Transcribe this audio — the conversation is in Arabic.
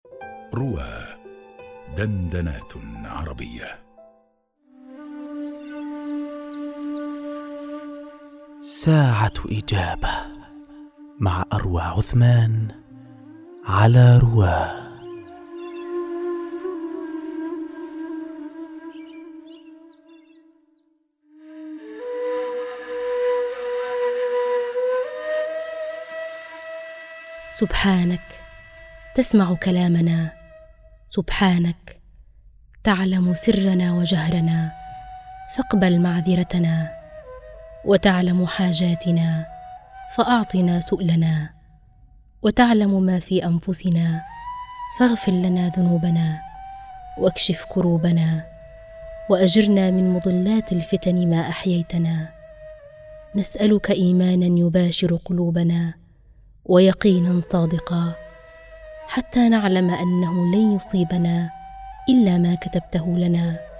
روى دندنات عربية. ساعة إجابة مع أروى عثمان على رواه. سبحانك تسمع كلامنا، سبحانك تعلم سرنا وجهرنا، فاقبل معذرتنا، وتعلم حاجاتنا فأعطنا سؤلنا، وتعلم ما في أنفسنا فاغفر لنا ذنوبنا، واكشف كروبنا، وأجرنا من مضلات الفتن ما أحييتنا. نسألك إيمانا يباشر قلوبنا، ويقينا صادقا، حتى نعلم أنه لن يصيبنا إلا ما كتبته لنا،